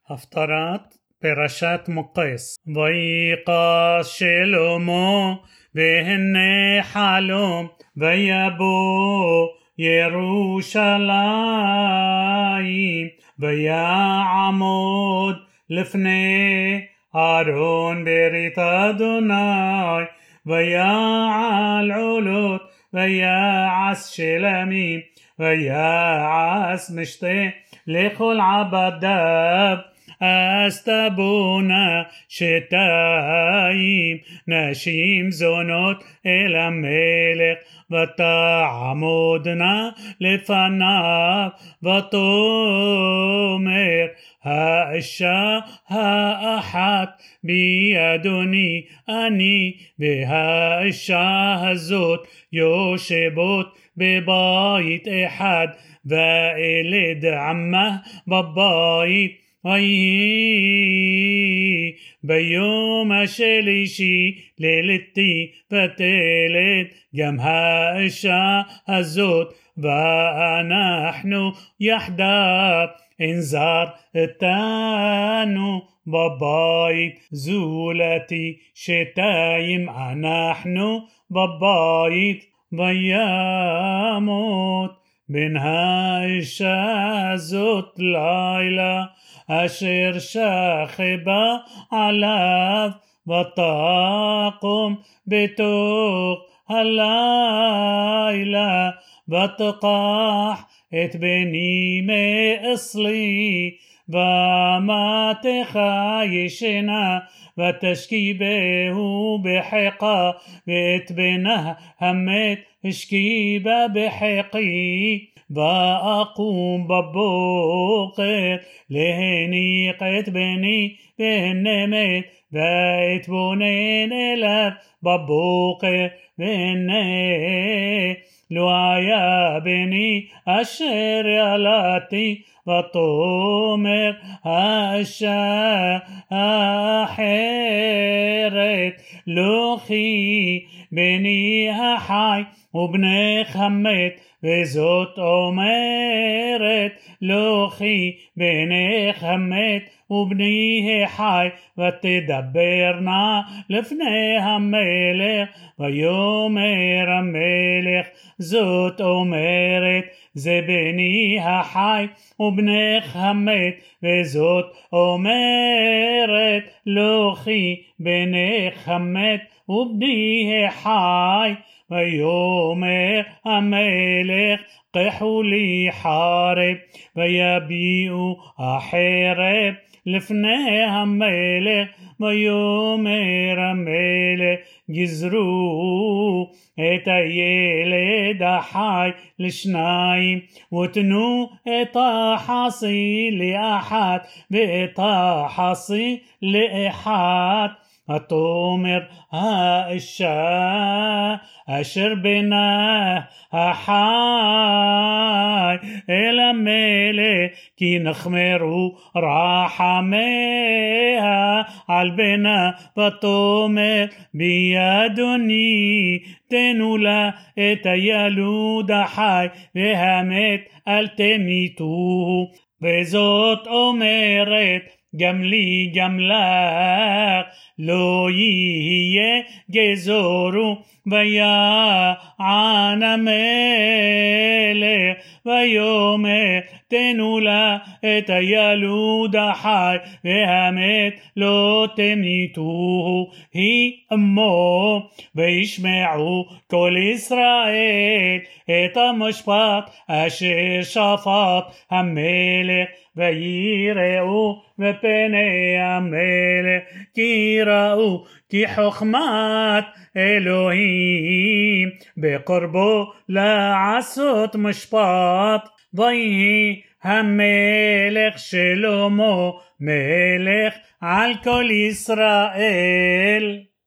הפטרת פרשת מוקש. ויקש שלמה והנה חלום ויבוא ירושלים ויעמוד לפני ארון ברית אדוני ויעל עולות ויעש שלמים ויעש משתה לכל עבדיו אסתבונה שתיים נשים זונות אל המלך ותעמודנה לפניו ותאמר האישה האחת בידוני אני והאישה הזאת יושבות בבית אחד וילד עמה בבית ויהי ביום השלישי לילתי ותלד גם האישה הזאת ואנחנו יחדיו אין זר איתנו בבית זולתי שתיים אנחנו בבית וימות בן האישה הזאת לילה אשר שכבה עליו ותקום בתוך הלילה ותקח את בני מאסלי ומתך ישנה ותשכיבהו בחיקה ואת בנה המת השכיבה בחיקי ואקום בבוקר להניק את בני והנה מת ואתבונן אליו בבוקר והנה לא היה בני אשר ילדתי ותאמר האישה האחרת לא כי בני החי ובנך המת וזאת אומרת לא כי בנך המת ובני החי ותדברנה לפני המלך ויאמר המלך זאת אומרת זה בני החי ובנך המת וזאת אומרת לא כי בנך המת ובני החי ויאמר המלך קחו לי חרב ויביאו החרב לפני המלך ויאמר המלך גזרו את הילד החי לשניים ותנו את החסי לאחת ואת החסי לאחת ותאמר האישה אשר בנה החי אל המלך כי נחמרו רחמיה על בנה ותאמר בידוני תנו לה את הילוד החי והמת אל תמיתוהו וזאת אומרת גם לי גם לך לא יהיה גזורו ויען המלך ויאמר תנו לה את הילוד החי והמת לא תמיתוהו היא אמו וישמעו כל ישראל את המשפט אשר שפט המלך ויראו בפני המלך כי ראו כי חוכמת אלוהים בקרבו לעשות משפט ויהי המלך שלמה מלך על כל ישראל.